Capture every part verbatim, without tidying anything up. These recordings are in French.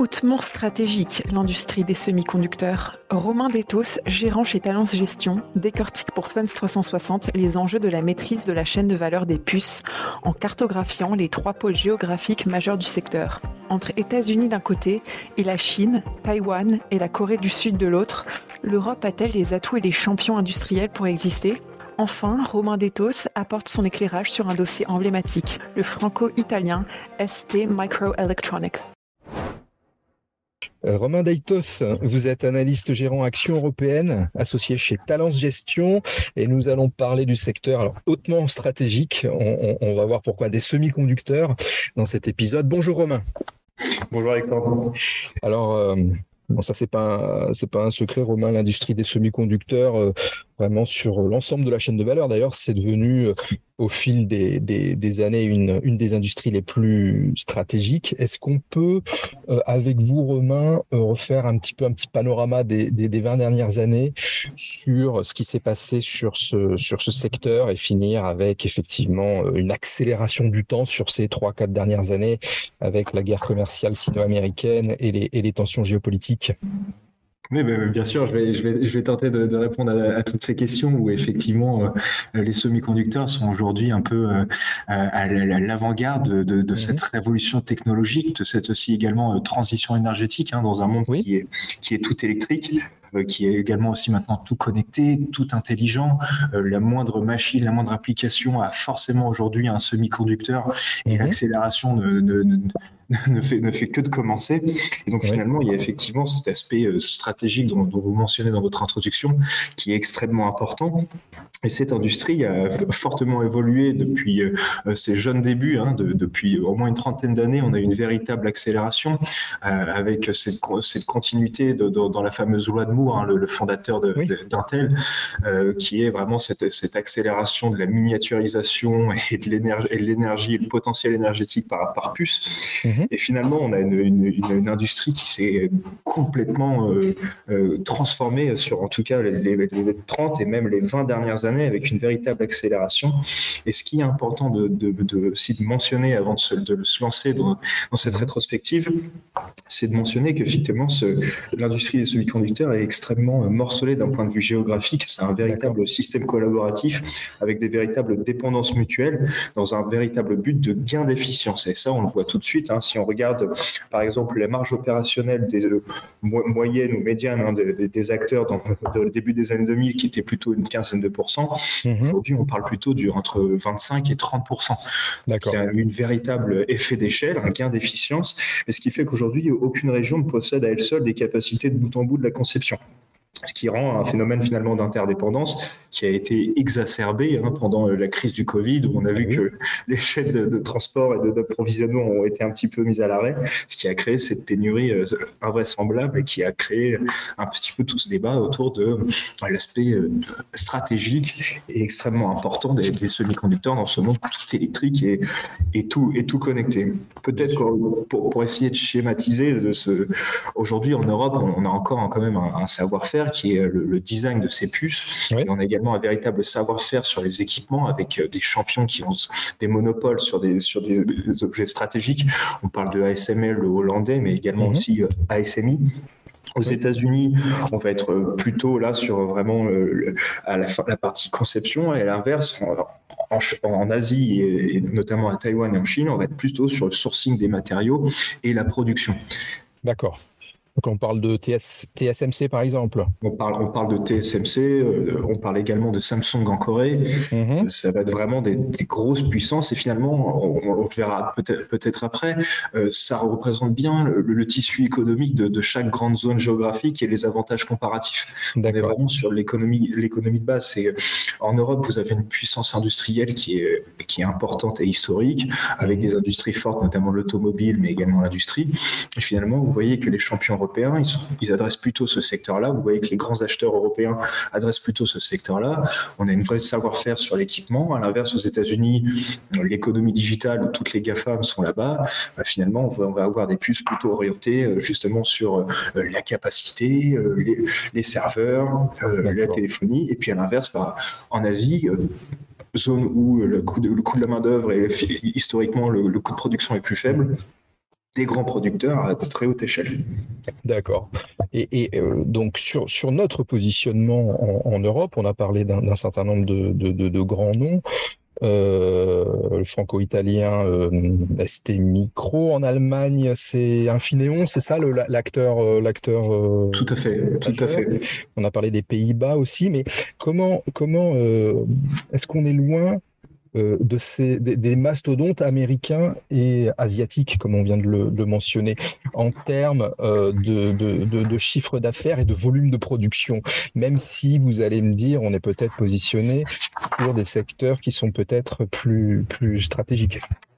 Hautement stratégique, l'industrie des semi-conducteurs. Romain Détos, gérant chez Talence Gestion, décortique pour Funds trois cent soixante les enjeux de la maîtrise de la chaîne de valeur des puces en cartographiant les trois pôles géographiques majeurs du secteur. Entre États-Unis d'un côté et la Chine, Taïwan et la Corée du Sud de l'autre, l'Europe a-t-elle les atouts et les champions industriels pour exister ? Enfin, Romain Détos apporte son éclairage sur un dossier emblématique, le franco-italien S T Microelectronics. Euh, Romain Détos, vous êtes analyste gérant Action Européenne, associé chez Talence Gestion, et nous allons parler du secteur alors, hautement stratégique. On, on, on va voir pourquoi des semi-conducteurs dans cet épisode. Bonjour Romain. Bonjour Alexandre. Alors, euh, bon, ça c'est pas un, c'est pas un secret, Romain, l'industrie des semi-conducteurs, euh, vraiment sur l'ensemble de la chaîne de valeur. D'ailleurs, c'est devenu euh, au fil des, des, des années une, une des industries les plus stratégiques. Est-ce qu'on peut, euh, avec vous, Romain, euh, refaire un petit peu un petit panorama des, des, des vingt dernières années sur ce qui s'est passé sur ce, sur ce secteur et finir avec effectivement une accélération du temps sur ces trois, quatre dernières années avec la guerre commerciale sino-américaine et les, et les tensions géopolitiques? Oui, bien sûr, je vais, je vais, je vais tenter de, de répondre à, à toutes ces questions où effectivement euh, les semi-conducteurs sont aujourd'hui un peu euh, à l'avant-garde de, de, de mmh. cette révolution technologique, de cette aussi également euh, transition énergétique hein, dans un monde oui. qui est, qui est tout électrique. Qui est également aussi maintenant tout connecté, tout intelligent. Euh, la moindre machine, la moindre application a forcément aujourd'hui un semi-conducteur et mmh. l'accélération ne, ne, ne, ne, fait, ne fait que de commencer. Et donc oui. finalement, il y a effectivement cet aspect stratégique dont, dont vous mentionnez dans votre introduction qui est extrêmement important. Et cette industrie a fortement évolué depuis euh, ses jeunes débuts. Hein, de, depuis au moins une trentaine d'années, on a eu une véritable accélération euh, avec cette, cette continuité de, de, dans la fameuse loi de Moore, Hein, le, le fondateur de, oui. de, d'Intel, euh, qui est vraiment cette, cette accélération de la miniaturisation et de l'énergie, et, de l'énergie et le potentiel énergétique par, par puce. Mm-hmm. Et finalement, on a une, une, une, une industrie qui s'est complètement euh, euh, transformée sur, en tout cas, les, les, les trente et même les vingt dernières années avec une véritable accélération. Et ce qui est important de, de, de, aussi de mentionner avant de se, de se lancer dans, dans cette rétrospective, c'est de mentionner qu'effectivement, ce, l'industrie des semi-conducteurs est extrêmement morcelé d'un point de vue géographique. C'est un véritable D'accord. système collaboratif avec des véritables dépendances mutuelles dans un véritable but de gain d'efficience. Et ça, on le voit tout de suite. Hein, si on regarde, par exemple, les marges opérationnelles des euh, mo- moyennes ou médianes hein, des, des acteurs dans, dans le début des années deux mille, qui étaient plutôt une quinzaine de pourcents, mm-hmm. aujourd'hui, on parle plutôt du, entre vingt-cinq et trente pour cent. D'accord. Il y a une véritable effet d'échelle, un gain d'efficience, et ce qui fait qu'aujourd'hui, aucune région ne possède à elle seule des capacités de bout en bout de la conception. Ce qui rend un phénomène finalement d'interdépendance qui a été exacerbé hein, pendant la crise du Covid, où on a vu que les chaînes de, de transport et de, d'approvisionnement ont été un petit peu mises à l'arrêt, ce qui a créé cette pénurie euh, invraisemblable et qui a créé un petit peu tout ce débat autour de euh, l'aspect euh, stratégique et extrêmement important des, des semi-conducteurs dans ce monde tout électrique et, et, tout, et tout connecté. Peut-être pour, pour essayer de schématiser, de ce, aujourd'hui en Europe, on a encore quand même un, un savoir-faire qui est le, le design de ces puces. Oui. Et on a également un véritable savoir-faire sur les équipements avec des champions qui ont des monopoles sur des, sur des, des objets stratégiques. On parle de A S M L, le hollandais, mais également mm-hmm. aussi A S M I. Aux États-Unis, on va être plutôt là sur vraiment euh, à la, fin, la partie conception, et à l'inverse, en, en, en Asie et, et notamment à Taïwan et en Chine, on va être plutôt sur le sourcing des matériaux et la production. D'accord. Donc on parle de T S, T S M C par exemple. On parle, on parle de T S M C, euh, on parle également de Samsung en Corée. Mm-hmm. Ça va être vraiment des, des grosses puissances et finalement, on, on le verra peut-être, peut-être après, euh, ça représente bien le, le tissu économique de, de chaque grande zone géographique et les avantages comparatifs. D'accord. On est vraiment sur l'économie, l'économie de base. C'est, en Europe, vous avez une puissance industrielle qui est, qui est importante et historique, avec mm-hmm. des industries fortes, notamment l'automobile, mais également l'industrie. Et finalement, vous voyez que les champions européens, ils, sont, ils adressent plutôt ce secteur-là. Vous voyez que les grands acheteurs européens adressent plutôt ce secteur-là. On a une vraie savoir-faire sur l'équipement. À l'inverse, aux États-Unis, l'économie digitale où toutes les GAFAM sont là-bas, bah, finalement, on va, on va avoir des puces plutôt orientées justement sur euh, la capacité, euh, les, les serveurs, euh, la téléphonie. Et puis à l'inverse, bah, en Asie, euh, zone où le coût de, le coût de la main-d'œuvre et historiquement le, le coût de production est plus faible. des grands producteurs à de très haute échelle. D'accord. Et, et euh, donc sur, sur notre positionnement en, en Europe, on a parlé d'un, d'un certain nombre de, de, de, de grands noms. Euh, le franco-italien euh, S T Micro, en Allemagne, c'est Infineon, c'est ça le, l'acteur, euh, l'acteur euh, Tout à fait, tout à fait. On a parlé des Pays-Bas aussi, mais comment, comment euh, est-ce qu'on est loin Euh, de ces, des, des mastodontes américains et asiatiques, comme on vient de le, de le mentionner, en termes euh, de, de, de, de chiffre d'affaires et de volume de production, même si vous allez me dire, on est peut-être positionné sur des secteurs qui sont peut-être plus, plus stratégiques.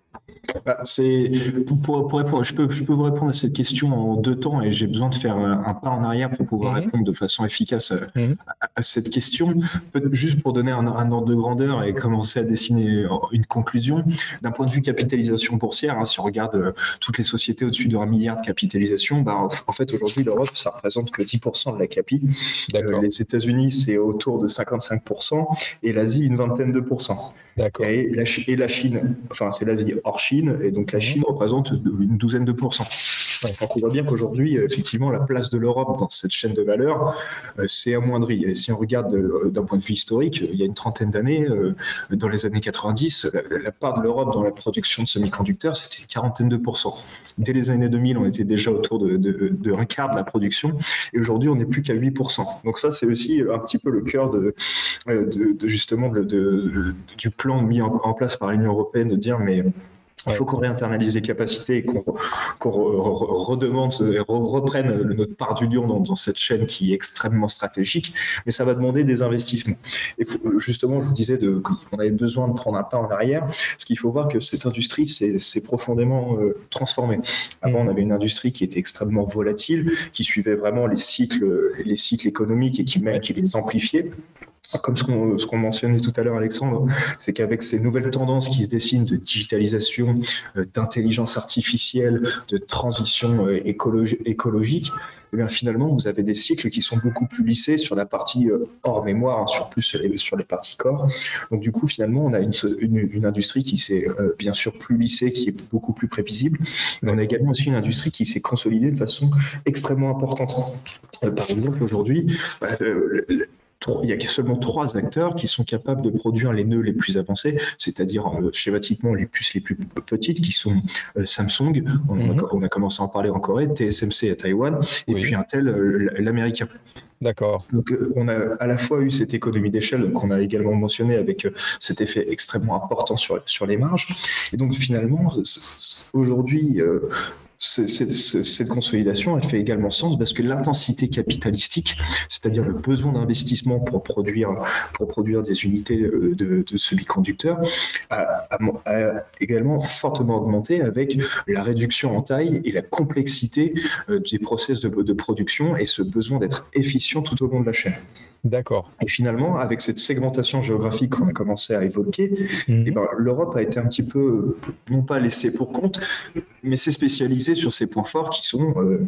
Bah, c'est, pour, pour répondre, je peux, je peux vous répondre à cette question en deux temps et j'ai besoin de faire un, un pas en arrière pour pouvoir mmh. répondre de façon efficace à, mmh. à, à cette question. Juste pour donner un, un ordre de grandeur et commencer à dessiner une conclusion, d'un point de vue capitalisation boursière, hein, si on regarde euh, toutes les sociétés au-dessus d'un milliard de capitalisation, bah, en, en fait aujourd'hui l'Europe ça représente que dix pour cent de la capi. Euh, les États-Unis c'est autour de cinquante-cinq pour cent et l'Asie une vingtaine de pourcents. D'accord. Et la, et la Chine, enfin c'est l'Asie hors Chine, et donc la Chine représente une douzaine de pourcents. Donc on voit bien qu'aujourd'hui, effectivement, la place de l'Europe dans cette chaîne de valeur, euh, c'est amoindri. Et si on regarde euh, d'un point de vue historique, il y a une trentaine d'années, euh, dans les années quatre-vingt-dix, la, la part de l'Europe dans la production de semi-conducteurs, c'était une quarantaine de pourcents. Dès les années deux mille, on était déjà autour de, de, de un quart de la production, et aujourd'hui, on n'est plus qu'à huit pour cent. Donc ça, c'est aussi un petit peu le cœur de, de, de justement de, de, de, du plan mis en, en place par l'Union européenne de dire mais il faut qu'on réinternalise les capacités et qu'on, qu'on redemande et reprenne notre part du lion dans, dans cette chaîne qui est extrêmement stratégique, mais ça va demander des investissements. Et justement, je vous disais de, qu'on avait besoin de prendre un pas en arrière, parce qu'il faut voir que cette industrie s'est, s'est profondément euh, transformée. Avant, on avait une industrie qui était extrêmement volatile, qui suivait vraiment les cycles, les cycles économiques et qui, qui les amplifiait. Comme ce qu'on, ce qu'on mentionnait tout à l'heure, Alexandre, c'est qu'avec ces nouvelles tendances qui se dessinent de digitalisation, euh, d'intelligence artificielle, de transition euh, écologi- écologique, eh bien, finalement, vous avez des cycles qui sont beaucoup plus lissés sur la partie euh, hors mémoire, hein, sur plus sur les, sur les parties corps. Donc, du coup, finalement, on a une, une, une industrie qui s'est euh, bien sûr plus lissée, qui est beaucoup plus prévisible, mais on a également aussi une industrie qui s'est consolidée de façon extrêmement importante. Euh, par exemple, aujourd'hui, euh, il y a seulement trois acteurs qui sont capables de produire les nœuds les plus avancés, c'est-à-dire euh, schématiquement les puces les plus petites, qui sont euh, Samsung, on, mm-hmm. a, on a commencé à en parler en Corée, T S M C à Taïwan, et oui. puis Intel, euh, l'américain. D'accord. Donc, euh, on a à la fois eu cette économie d'échelle qu'on a également mentionné avec euh, cet effet extrêmement important sur, sur les marges. Et donc, finalement, aujourd'hui, euh, C'est, c'est, c'est, cette consolidation, elle fait également sens parce que l'intensité capitalistique, c'est-à-dire le besoin d'investissement pour produire, pour produire des unités de, de semi-conducteurs, a, a, a également fortement augmenté avec la réduction en taille et la complexité des process de, de production et ce besoin d'être efficient tout au long de la chaîne. D'accord. Et finalement, avec cette segmentation géographique qu'on a commencé à évoquer, mmh. eh ben, l'Europe a été un petit peu, non pas laissée pour compte, mais s'est spécialisée sur ses points forts qui sont euh,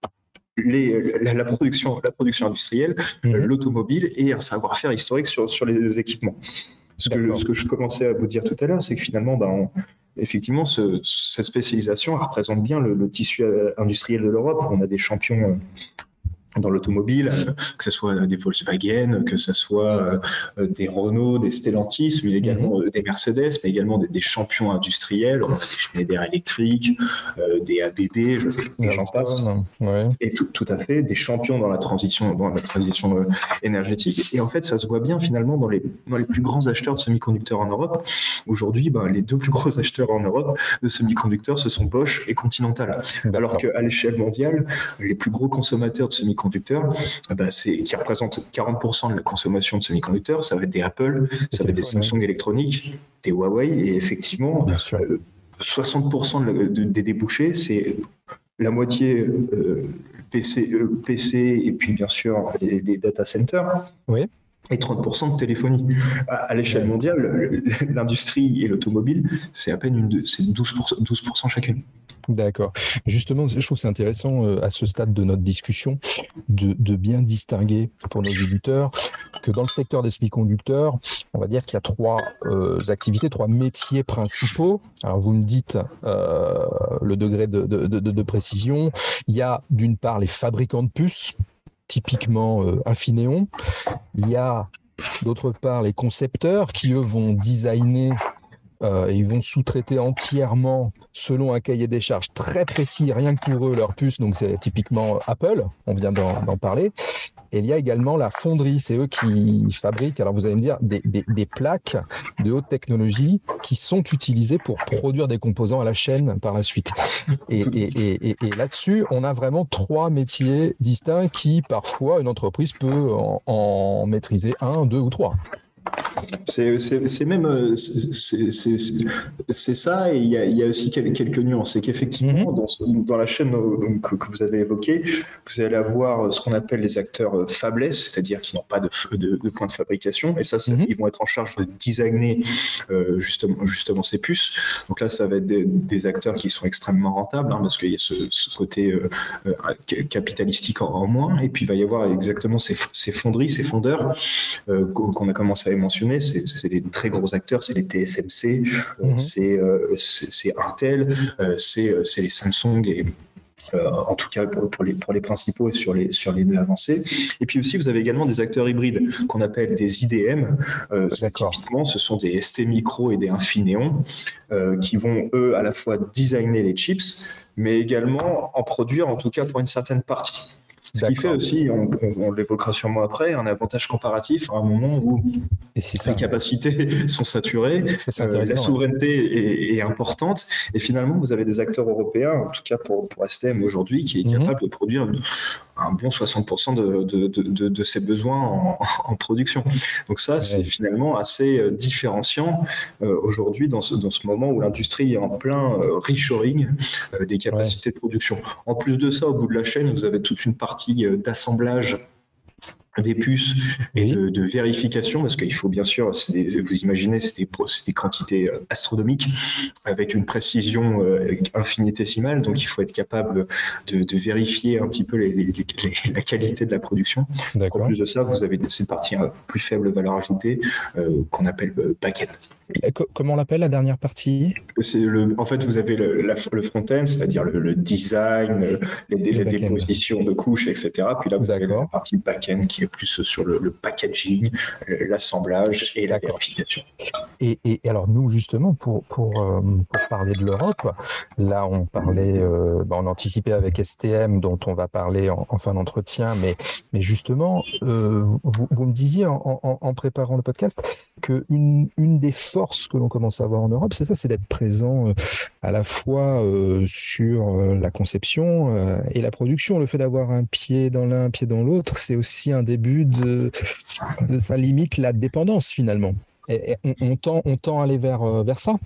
les, la, la, production, la production industrielle, mmh. euh, l'automobile et un savoir-faire historique sur, sur les équipements. Ce que, ce que je commençais à vous dire tout à l'heure, c'est que finalement, ben, on, effectivement, ce, cette spécialisation elle représente bien le, le tissu industriel de l'Europe. On a des champions... Euh, dans l'automobile, que ce soit des Volkswagen, que ce soit des Renault, des Stellantis, mais également mm-hmm. des Mercedes, mais également des, des champions industriels, des Schneider électriques, euh, des A B B, je, et j'en passe. Ouais. Et tout, tout à fait, des champions dans la transition, dans la transition euh, énergétique. Et en fait, ça se voit bien finalement dans les, dans les plus grands acheteurs de semi-conducteurs en Europe. Aujourd'hui, ben, les deux plus gros acheteurs en Europe de semi-conducteurs, ce sont Bosch et Continental. D'accord. Alors qu'à l'échelle mondiale, les plus gros consommateurs de semi-conducteurs conducteurs, ben c'est, qui représentent quarante pour cent de la consommation de semi-conducteurs, ça va être des Apple, ça va être des Samsung électroniques, des Huawei, et effectivement, euh, soixante pour cent de, de, des débouchés, c'est la moitié euh, P C, euh, P C et puis bien sûr les, les data centers. Oui. et trente pour cent de téléphonie. À, à l'échelle mondiale, l'industrie et l'automobile, c'est à peine une, c'est douze pour cent, douze pour cent chacune. D'accord. Justement, je trouve que c'est intéressant euh, à ce stade de notre discussion de, de bien distinguer pour nos auditeurs que dans le secteur des semi-conducteurs, on va dire qu'il y a trois euh, activités, trois métiers principaux. Alors vous me dites euh, le degré de, de, de, de précision. Il y a d'une part les fabricants de puces, typiquement euh, Infineon. Il y a d'autre part les concepteurs qui eux vont designer euh, et ils vont sous-traiter entièrement selon un cahier des charges très précis, rien que pour eux, leur puce, donc c'est typiquement Apple, on vient d'en, d'en parler. Et il y a également la fonderie, c'est eux qui fabriquent, alors vous allez me dire, des, des, des plaques de haute technologie qui sont utilisées pour produire des composants à la chaîne par la suite. Et, et, et, et là-dessus, on a vraiment trois métiers distincts qui, parfois, une entreprise peut en, en maîtriser un, deux ou trois. C'est, c'est, c'est même c'est, c'est, c'est ça, et il y a, il y a aussi quelques nuances. C'est qu'effectivement, mm-hmm. dans, dans la chaîne que, que vous avez évoquée, vous allez avoir ce qu'on appelle les acteurs fabless, c'est-à-dire qui n'ont pas de, de, de point de fabrication, et ça, mm-hmm. ils vont être en charge de designer euh, justement, justement ces puces. Donc là, ça va être des, des acteurs qui sont extrêmement rentables, hein, parce qu'il y a ce, ce côté euh, capitalistique en, en moins, et puis il va y avoir exactement ces, ces fonderies, ces fondeurs euh, qu'on a commencé à mentionner. C'est, c'est des très gros acteurs, c'est les T S M C, euh, mm-hmm. c'est, euh, c'est, c'est Intel, euh, c'est, c'est les Samsung et euh, en tout cas pour, pour, les, pour les principaux et sur les, sur les deux avancés. Et puis aussi vous avez également des acteurs hybrides qu'on appelle des I D M. Euh, typiquement ce sont des S T Micro et des Infineon euh, qui vont eux à la fois designer les chips mais également en produire en tout cas pour une certaine partie. Ce D'accord. qui fait aussi, on, on, on l'évoquera sûrement après, un avantage comparatif à un moment où et c'est les capacités sont saturées, euh, la souveraineté ouais. est, est importante, et finalement vous avez des acteurs européens, en tout cas pour, pour S T M aujourd'hui, qui est mm-hmm. capable de produire un bon soixante pour cent de, de, de, de, de ses besoins en, en production. Donc ça, ouais. c'est finalement assez différenciant euh, aujourd'hui dans ce, dans ce moment où l'industrie est en plein euh, reshoring euh, des capacités ouais. de production. En plus de ça, au bout de la chaîne, vous avez toute une partie d'assemblage des puces et oui. de, de vérification, parce qu'il faut bien sûr, c'est des, vous imaginez, c'est des, c'est des quantités astronomiques avec une précision euh, infinitésimale, donc il faut être capable de, de vérifier un petit peu les, les, les, la qualité de la production. En plus de ça, vous avez cette partie à plus faible valeur ajoutée euh, qu'on appelle euh, back-end. Comment on l'appelle la dernière partie ? C'est le, en fait, vous avez le, la, le front-end, c'est-à-dire le, le design, les, les dépositions de couches, et cetera. Puis là, vous D'accord. avez la partie back-end qui est plus sur le, le packaging, l'assemblage et la D'accord. vérification. Et, et alors nous, justement, pour, pour, pour parler de l'Europe, là, on parlait, euh, bah, on anticipait avec S T M, dont on va parler en, en fin d'entretien, mais, mais justement, euh, vous, vous me disiez en, en, en préparant le podcast qu'une une des forces que l'on commence à avoir en Europe, c'est ça, c'est d'être présent euh, à la fois euh, sur euh, la conception euh, et la production. Le fait d'avoir un pied dans l'un, un pied dans l'autre, c'est aussi un début de, de ça limite la dépendance finalement. Et, et on, on, tend, on tend à aller vers, euh, vers ça.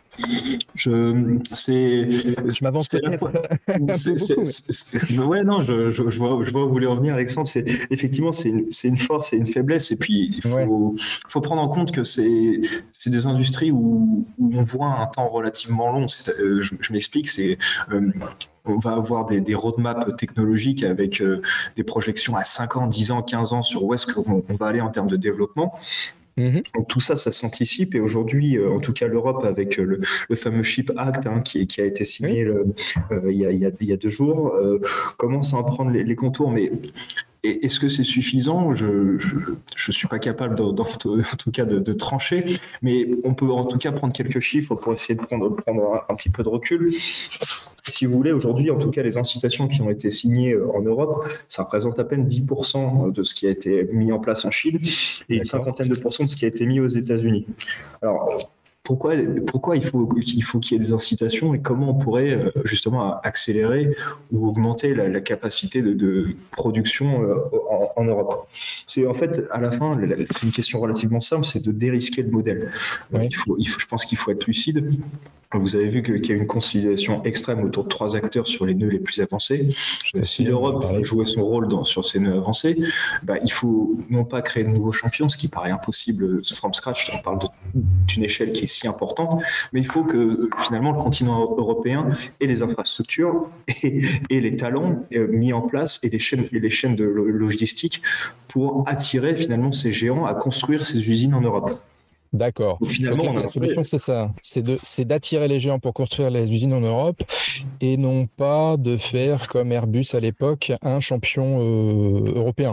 Je, c'est, je m'avance c'est peut-être. La... c'est, c'est, c'est, c'est, ouais, non, je, je, je, vois, je vois où vous voulez en venir, Alexandre. C'est, effectivement, c'est une, c'est une force et une faiblesse. Et puis, il faut, ouais. faut prendre en compte que c'est, c'est des industries où, où on voit un temps relativement long. C'est, euh, je, je m'explique, c'est. Euh, on va avoir des, des roadmaps technologiques avec euh, des projections à cinq ans, dix ans, quinze ans sur où est-ce qu'on on va aller en termes de développement. Donc tout ça, ça s'anticipe, et aujourd'hui, euh, en tout cas l'Europe, avec euh, le, le fameux Chip Act hein, qui, qui a été signé oui. le, euh, il, y a, il, y a, il y a deux jours, euh, commence à en prendre les, les contours, mais et est-ce que c'est suffisant ? Je ne suis pas capable, de, de, en tout cas, de, de trancher, mais on peut en tout cas prendre quelques chiffres pour essayer de prendre, prendre un, un petit peu de recul. Si vous voulez, aujourd'hui, en tout cas, les incitations qui ont été signées en Europe, ça représente à peine dix pour cent de ce qui a été mis en place en Chine et D'accord. une cinquantaine de pourcents de ce qui a été mis aux États-Unis. Alors, Pourquoi, pourquoi il faut, il faut qu'il y ait des incitations et comment on pourrait justement accélérer ou augmenter la, la capacité de, de production en, en Europe ? C'est en fait, à la fin, c'est une question relativement simple, c'est de dérisquer le modèle. Oui. Il faut, il faut, je pense qu'il faut être lucide. Vous avez vu qu'il y a une consolidation extrême autour de trois acteurs sur les nœuds les plus avancés. Si l'Europe veut jouer son rôle dans, sur ces nœuds avancés, bah, il faut non pas créer de nouveaux champions, ce qui paraît impossible from scratch, on parle de, d'une échelle qui est si importante, mais il faut que finalement le continent européen ait les infrastructures et, et les talents mis en place et les chaînes, et les chaînes de logistique pour attirer finalement ces géants à construire ces usines en Europe. D'accord. Donc, finalement, okay, on a la solution, c'est ça. C'est, de, c'est d'attirer les géants pour construire les usines en Europe et non pas de faire, comme Airbus à l'époque, un champion euh, européen.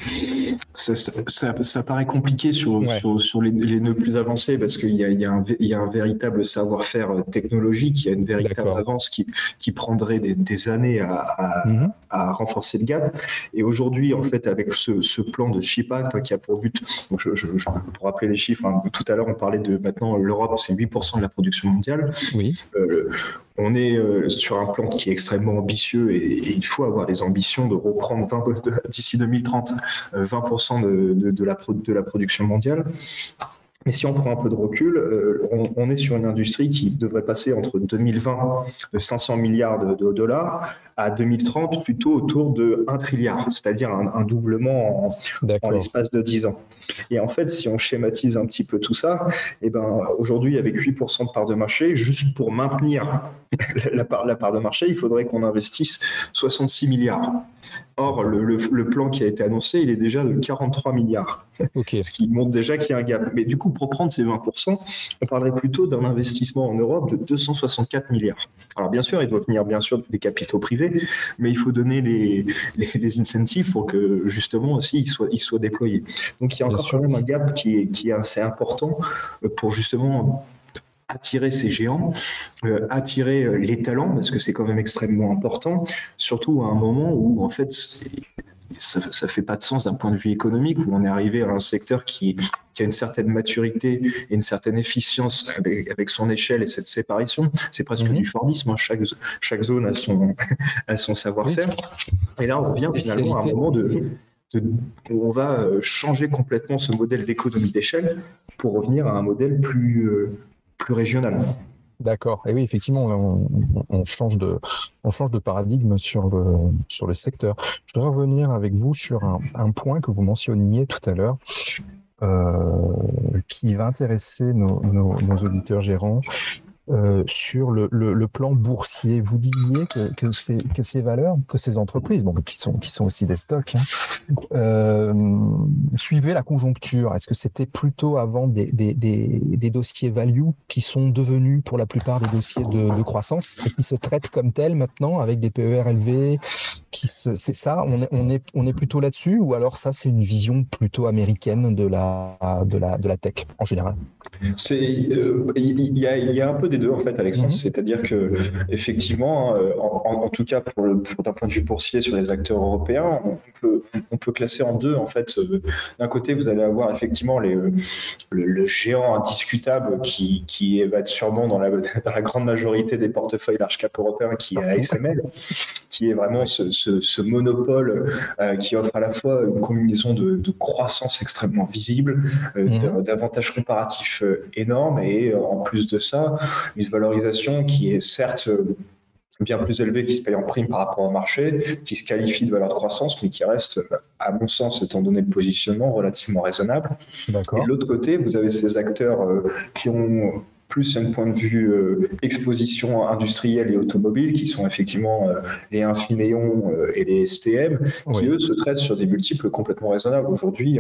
Ça, ça, ça, ça paraît compliqué sur, ouais. sur, sur les, les nœuds plus avancés parce qu'il y a, il y, a un, il y a un véritable savoir-faire technologique, il y a une véritable D'accord. avance qui, qui prendrait des, des années à, à, mm-hmm. à renforcer le gap. Et aujourd'hui, en fait, avec ce, ce plan de Chip Act qui a pour but, donc je, je, je, pour rappeler les chiffres, hein, tout à l'heure on parlait de maintenant l'Europe, c'est huit pour cent de la production mondiale. Oui. Euh, On est euh, sur un plan qui est extrêmement ambitieux et, et il faut avoir les ambitions de reprendre vingt, de, d'ici deux mille trente euh, vingt pour cent de, de, de, la, de la production mondiale. Mais si on prend un peu de recul, euh, on, on est sur une industrie qui devrait passer entre deux mille vingt de cinq cents milliards de, de dollars à deux mille trente plutôt autour de un trilliard, c'est-à-dire un, un doublement en, en l'espace de dix ans. Et en fait, si on schématise un petit peu tout ça, eh ben, aujourd'hui, avec huit pour cent de part de marché, juste pour maintenir la part, la part de marché, il faudrait qu'on investisse soixante-six milliards. Or, le, le, le plan qui a été annoncé, il est déjà de quarante-trois milliards. Okay. Ce qui montre déjà qu'il y a un gap. Mais du coup, pour prendre ces vingt pour cent, on parlerait plutôt d'un investissement en Europe de deux cent soixante-quatre milliards. Alors bien sûr, il doit venir bien sûr des capitaux privés, mais il faut donner les, les, les incentives pour que justement aussi ils soient, ils soient déployés. Donc il y a encore quand même un gap qui est, qui est assez important pour justement attirer ces géants, euh, attirer les talents, parce que c'est quand même extrêmement important, surtout à un moment où en fait ça ne fait pas de sens d'un point de vue économique, où on est arrivé à un secteur qui, qui a une certaine maturité et une certaine efficience avec, avec son échelle et cette séparation. C'est presque mm-hmm. du Fordisme, hein. chaque, chaque zone a son, a son savoir-faire. Et là, on revient finalement à un moment de... De, où on va changer complètement ce modèle d'économie d'échelle pour revenir à un modèle plus, euh, plus régional. D'accord. Et oui, effectivement, on, on, change de, on change de paradigme sur le, sur le secteur. Je voudrais revenir avec vous sur un, un point que vous mentionniez tout à l'heure, euh, qui va intéresser nos, nos, nos auditeurs gérants. Euh, sur le, le, le plan boursier, vous disiez que, que, ces, que ces valeurs, que ces entreprises, bon, qui, sont, qui sont aussi des stocks, hein, euh, suivaient la conjoncture. Est-ce que c'était plutôt avant des, des, des, des dossiers value qui sont devenus pour la plupart des dossiers de, de croissance et qui se traitent comme tels maintenant avec des P E R élevés qui se, c'est ça, on est, on, est, on est plutôt là-dessus, ou alors ça c'est une vision plutôt américaine de la, de la, de la tech en général? C'est, euh, il y a, il y a un peu des deux en fait, Alexandre. Mm-hmm. C'est-à-dire que effectivement, euh, en, en tout cas pour, le, pour d'un point de vue boursier sur les acteurs européens, on peut, on peut classer en deux en fait. D'un côté, vous allez avoir effectivement les, le, le géant indiscutable qui, qui va être sûrement dans la, dans la grande majorité des portefeuilles large cap européens, qui est A S M L, qui est vraiment ce, ce, ce monopole euh, qui offre à la fois une combinaison de, de croissance extrêmement visible, euh, mm-hmm. d'avantages comparatifs énorme et en plus de ça, une valorisation qui est certes bien plus élevée, qui se paye en prime par rapport au marché, qui se qualifie de valeur de croissance, mais qui reste, à mon sens, étant donné le positionnement, relativement raisonnable. D'accord. Et de l'autre côté, vous avez ces acteurs euh, qui ont plus un point de vue euh, exposition industrielle et automobile, qui sont effectivement euh, les Infineon euh, et les S T M, oui. qui eux se traitent sur des multiples complètement raisonnables. Aujourd'hui,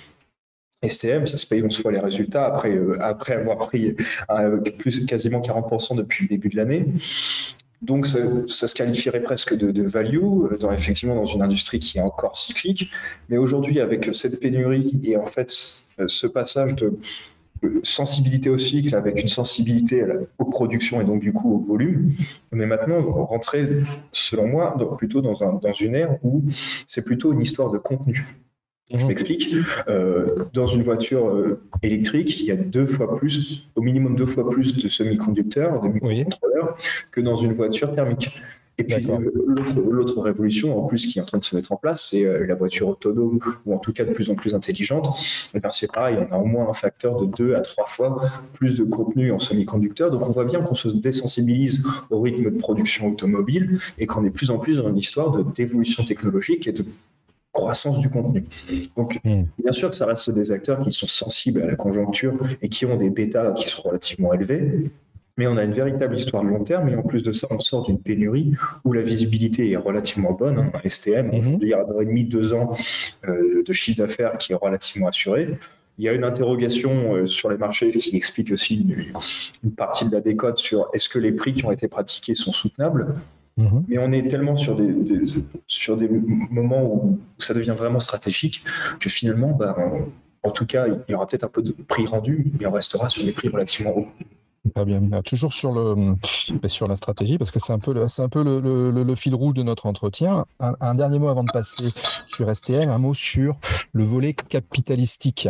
S T M, ça se paye onze fois les résultats après, euh, après avoir pris euh, plus quasiment quarante pour cent depuis le début de l'année. Donc ça, ça se qualifierait presque de, de value, dans, effectivement dans une industrie qui est encore cyclique. Mais aujourd'hui, avec cette pénurie et en fait ce passage de sensibilité au cycle avec une sensibilité à la, aux productions et donc du coup au volume, on est maintenant rentré, selon moi, donc plutôt dans, un, dans une ère où c'est plutôt une histoire de contenu. Je m'explique. Euh, dans une voiture euh, électrique, il y a deux fois plus, au minimum deux fois plus de semi-conducteurs, de microcontrôleurs, oui. que dans une voiture thermique. Et puis l'autre, l'autre révolution en plus qui est en train de se mettre en place, c'est la voiture autonome, ou en tout cas de plus en plus intelligente. Et bien c'est pareil, on a au moins un facteur de deux à trois fois plus de contenu en semi-conducteurs. Donc on voit bien qu'on se désensibilise au rythme de production automobile et qu'on est de plus en plus dans une histoire de, d'évolution technologique et de croissance du contenu. Donc, mmh. bien sûr que ça reste des acteurs qui sont sensibles à la conjoncture et qui ont des bêtas qui sont relativement élevés. Mais on a une véritable histoire de long terme, et en plus de ça, on sort d'une pénurie où la visibilité est relativement bonne. Hein. S T M, aujourd'hui, il y a un an et demi, deux ans euh, de chiffre d'affaires qui est relativement assuré. Il y a une interrogation euh, sur les marchés qui explique aussi une, une partie de la décote sur est-ce que les prix qui ont été pratiqués sont soutenables. Mmh. Mais on est tellement sur des, des, sur des moments où ça devient vraiment stratégique que finalement, bah, on, en tout cas, il y aura peut-être un peu de prix rendu, mais on restera sur des prix relativement hauts. Très bien. Toujours sur, le, sur la stratégie, parce que c'est un peu le, c'est un peu le, le, le fil rouge de notre entretien. Un, un dernier mot avant de passer sur S T M, un mot sur le volet capitalistique.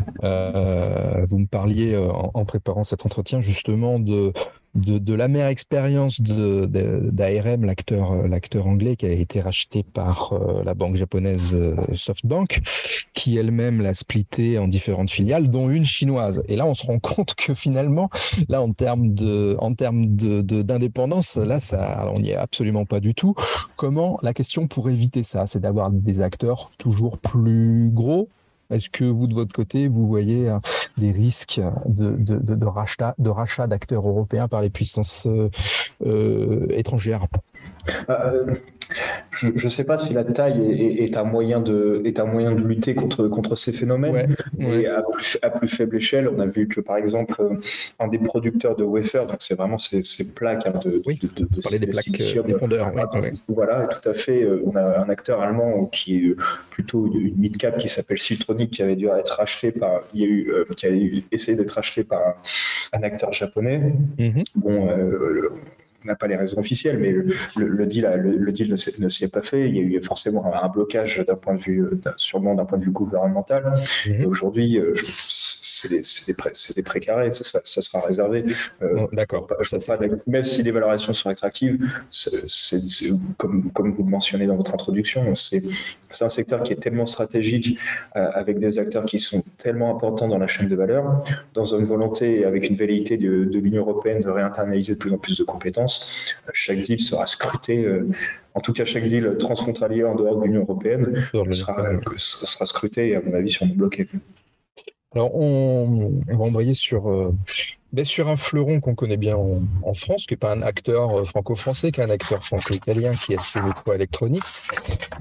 Euh, vous me parliez en, en préparant cet entretien justement de, de, de l'amère expérience de, de, d'A R M, l'acteur, l'acteur anglais qui a été racheté par euh, la banque japonaise euh, SoftBank, qui elle-même l'a splitté en différentes filiales, dont une chinoise. Et là, on se rend compte que finalement, là, en termes de, en termes de, de, d'indépendance, là, ça, on n'y est absolument pas du tout. Comment, la question pour éviter ça, c'est d'avoir des acteurs toujours plus gros. Est-ce que vous, de votre côté, vous voyez euh, des risques de, de, de, de, rachat, de rachat d'acteurs européens par les puissances euh, euh, étrangères ? Euh, je ne sais pas si la taille est, est, un moyen de, est un moyen de lutter contre, contre ces phénomènes. Ouais, ouais. Et à plus, à plus faible échelle, on a vu que, par exemple, un des producteurs de wafer, donc c'est vraiment ces, ces plaques hein, de, oui, de, de, de, vous parlez des plaques silicium, des fondeurs. Ouais, ouais. Voilà, tout à fait. On a un acteur allemand qui est plutôt une mid-cap qui s'appelle Siltronic, qui avait dû être racheté par, il y a eu, euh, qui a eu essayé d'être racheté par un, un acteur japonais. Mm-hmm. Bon. Euh, On n'a pas les raisons officielles, mais le, le, deal, le, le deal ne s'est, ne s'est pas fait. Il y a eu forcément un, un blocage d'un point de vue, sûrement d'un point de vue gouvernemental. Mmh. Et aujourd'hui, c'est des, c'est des, pré, c'est des précarés, ça, ça, ça sera réservé. Euh, D'accord. Je pense pas, même si les valorisations sont attractives, c'est, c'est, c'est, comme, comme vous le mentionnez dans votre introduction, c'est, c'est un secteur qui est tellement stratégique, euh, avec des acteurs qui sont tellement importants dans la chaîne de valeur, dans une volonté, avec une velléité de, de l'Union européenne de réinternaliser de plus en plus de compétences. Chaque deal sera scruté, euh, en tout cas chaque deal transfrontalier en dehors de l'Union européenne sera, euh, sera scruté et à mon avis sûrement bloqué. Alors on, on va embrayer sur, euh, ben sur un fleuron qu'on connaît bien en, en France, qui n'est pas un acteur franco-français, qui est un acteur franco-italien, qui est S T Microelectronics,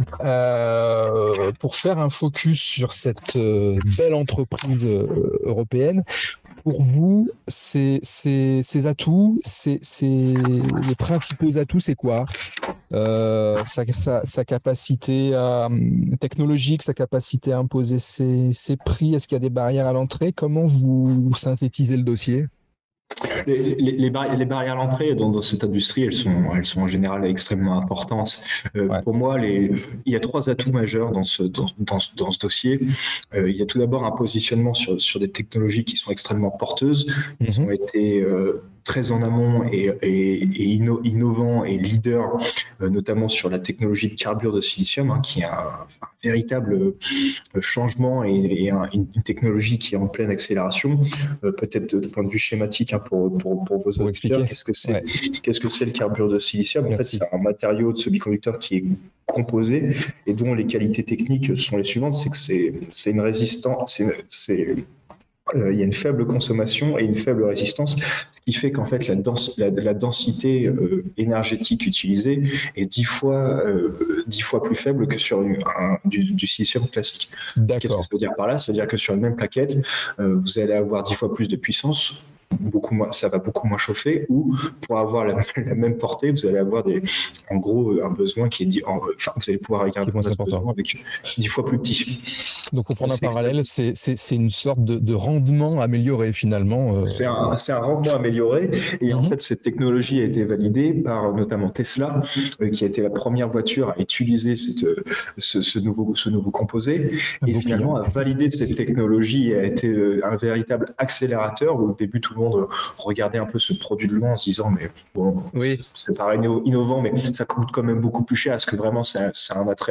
euh, pour faire un focus sur cette euh, belle entreprise euh, européenne. Pour vous, ces, ces, ces atouts, ces, ces, les principaux atouts, c'est quoi euh, sa, sa, sa capacité euh, technologique, sa capacité à imposer ses, ses prix, est-ce qu'il y a des barrières à l'entrée ? Comment vous synthétisez le dossier ? Les, les, les, barri- les barrières à l'entrée dans, dans cette industrie, elles sont, elles sont en général extrêmement importantes. Euh, ouais. Pour moi, les, il y a trois atouts majeurs dans ce, dans, dans, dans ce dossier. Euh, il y a tout d'abord un positionnement sur, sur des technologies qui sont extrêmement porteuses. Elles mm-hmm. ont été euh, très en amont et, et, et inno, innovants et leaders, euh, notamment sur la technologie de carbure de silicium, hein, qui est un, un véritable changement et, et un, une, une technologie qui est en pleine accélération. Euh, peut-être de, de point de vue schématique, hein, Pour, pour, pour vos auditeurs, qu'est-ce que c'est, ouais. qu'est-ce que c'est le carbure de silicium ? En Merci. fait, c'est un matériau de semi-conducteur qui est composé et dont les qualités techniques sont les suivantes, c'est que c'est, c'est une résistance, c'est, c'est Euh, il y a une faible consommation et une faible résistance, ce qui fait qu'en fait la, dens- la, la densité euh, énergétique utilisée est dix fois, euh, dix fois plus faible que sur une, un, du, du silicium classique. D'accord. Qu'est-ce que ça veut dire par là ? Ça veut dire que sur une même plaquette, euh, vous allez avoir dix fois plus de puissance, beaucoup moins, ça va beaucoup moins chauffer, ou pour avoir la, la même portée, vous allez avoir des, en gros un besoin qui est dit, en, enfin vous allez pouvoir avec un besoin avec dix fois plus petit. Donc pour prendre Donc, un parallèle, c'est, c'est, c'est une sorte de, de rendement amélioré finalement. Euh... C'est, un, c'est un rendement amélioré et mm-hmm. en fait cette technologie a été validée par notamment Tesla, euh, qui a été la première voiture à utiliser cette, ce, ce, nouveau, ce nouveau composé un et finalement client. a validé cette technologie et a été un véritable accélérateur où au début tout le monde monde regardait un peu ce produit de loin en se disant mais bon, oui. c'est pareil innovant, mais ça coûte quand même beaucoup plus cher. Est-ce que vraiment ça, ça a un attrait?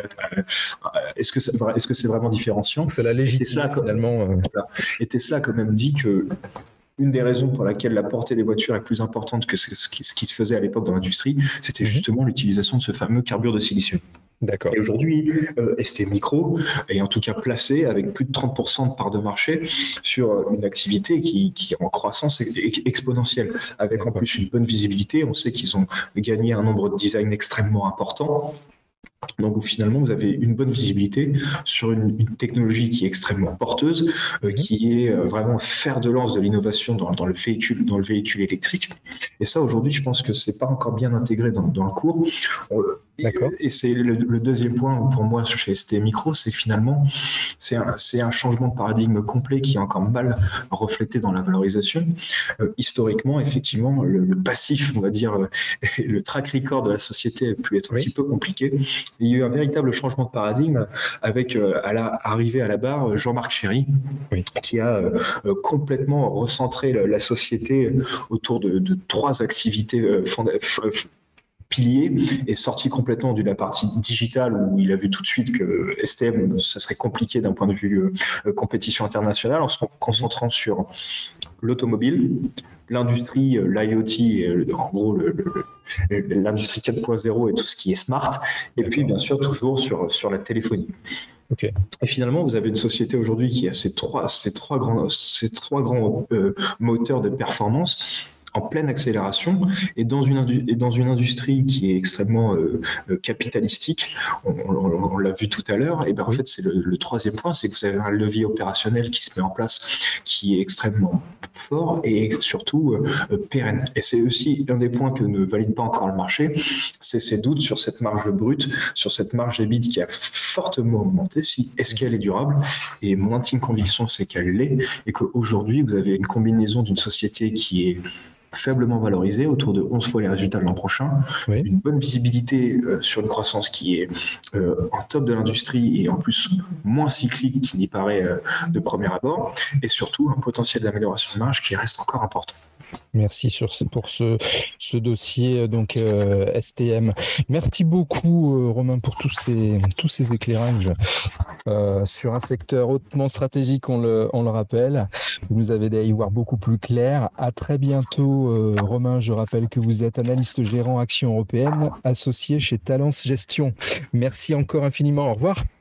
Est-ce que, ça, est-ce que c'est vraiment différenciant? C'est la légitimité finalement. Euh... Et Tesla a quand même dit que une des raisons pour laquelle la portée des voitures est plus importante que ce qui, ce qui se faisait à l'époque dans l'industrie, c'était mmh. justement l'utilisation de ce fameux carbure de silicium. D'accord. Et aujourd'hui, euh, S T Micro est en tout cas placé avec plus de trente pour cent de part de marché sur une activité qui, qui est en croissance exponentielle, avec D'accord. en plus une bonne visibilité. On sait qu'ils ont gagné un nombre de designs extrêmement important. Donc finalement, vous avez une bonne visibilité sur une, une technologie qui est extrêmement porteuse, euh, qui est vraiment fer de lance de l'innovation dans, dans le véhicule, dans le véhicule électrique. Et ça, aujourd'hui, je pense que c'est pas encore bien intégré dans, dans le cours. On, D'accord. Et, et c'est le, le deuxième point pour moi chez S T Micro, c'est finalement c'est un, c'est un changement de paradigme complet qui est encore mal reflété dans la valorisation. Euh, historiquement, effectivement, le, le passif, on va dire, euh, le track record de la société a pu être oui. un petit peu compliqué. Et il y a eu un véritable changement de paradigme avec, euh, à la arrivée à la barre, Jean-Marc Chéry, oui. qui a euh, complètement recentré la, la société autour de, de trois activités euh, fondamentales. Pilier est sorti complètement de la partie digitale où il a vu tout de suite que S T M, ça serait compliqué d'un point de vue euh, compétition internationale, en se concentrant sur l'automobile, l'industrie, l'IoT, en gros le, le, l'industrie quatre point zéro et tout ce qui est smart, et puis bien sûr toujours sur, sur la téléphonie. Okay. Et finalement, vous avez une société aujourd'hui qui a ces trois, ces trois grands, ces trois grands euh, moteurs de performance en pleine accélération et dans une, et dans une industrie qui est extrêmement euh, capitalistique, on, on, on l'a vu tout à l'heure, et ben en fait c'est le, le troisième point, c'est que vous avez un levier opérationnel qui se met en place qui est extrêmement fort et surtout euh, pérenne. Et c'est aussi un des points que ne valide pas encore le marché, c'est ces doutes sur cette marge brute, sur cette marge E B I T qui a fortement augmenté. Si, est-ce qu'elle est durable? Et mon intime conviction, c'est qu'elle l'est, et qu'aujourd'hui vous avez une combinaison d'une société qui est faiblement valorisé, autour de onze fois les résultats de l'an prochain, oui. une bonne visibilité euh, sur une croissance qui est euh, en top de l'industrie et en plus moins cyclique qu'il n'y paraît euh, de premier abord, et surtout un potentiel d'amélioration de marge qui reste encore important. Merci sur ce, pour ce, ce dossier donc euh, S T M. Merci beaucoup euh, Romain pour tous ces, tous ces éclairages euh, sur un secteur hautement stratégique, on le, on le rappelle. Vous nous avez aidé à y voir beaucoup plus clair. À très bientôt euh, Romain, je rappelle que vous êtes analyste gérant Action Européenne associé chez Talence Gestion. Merci encore infiniment, au revoir.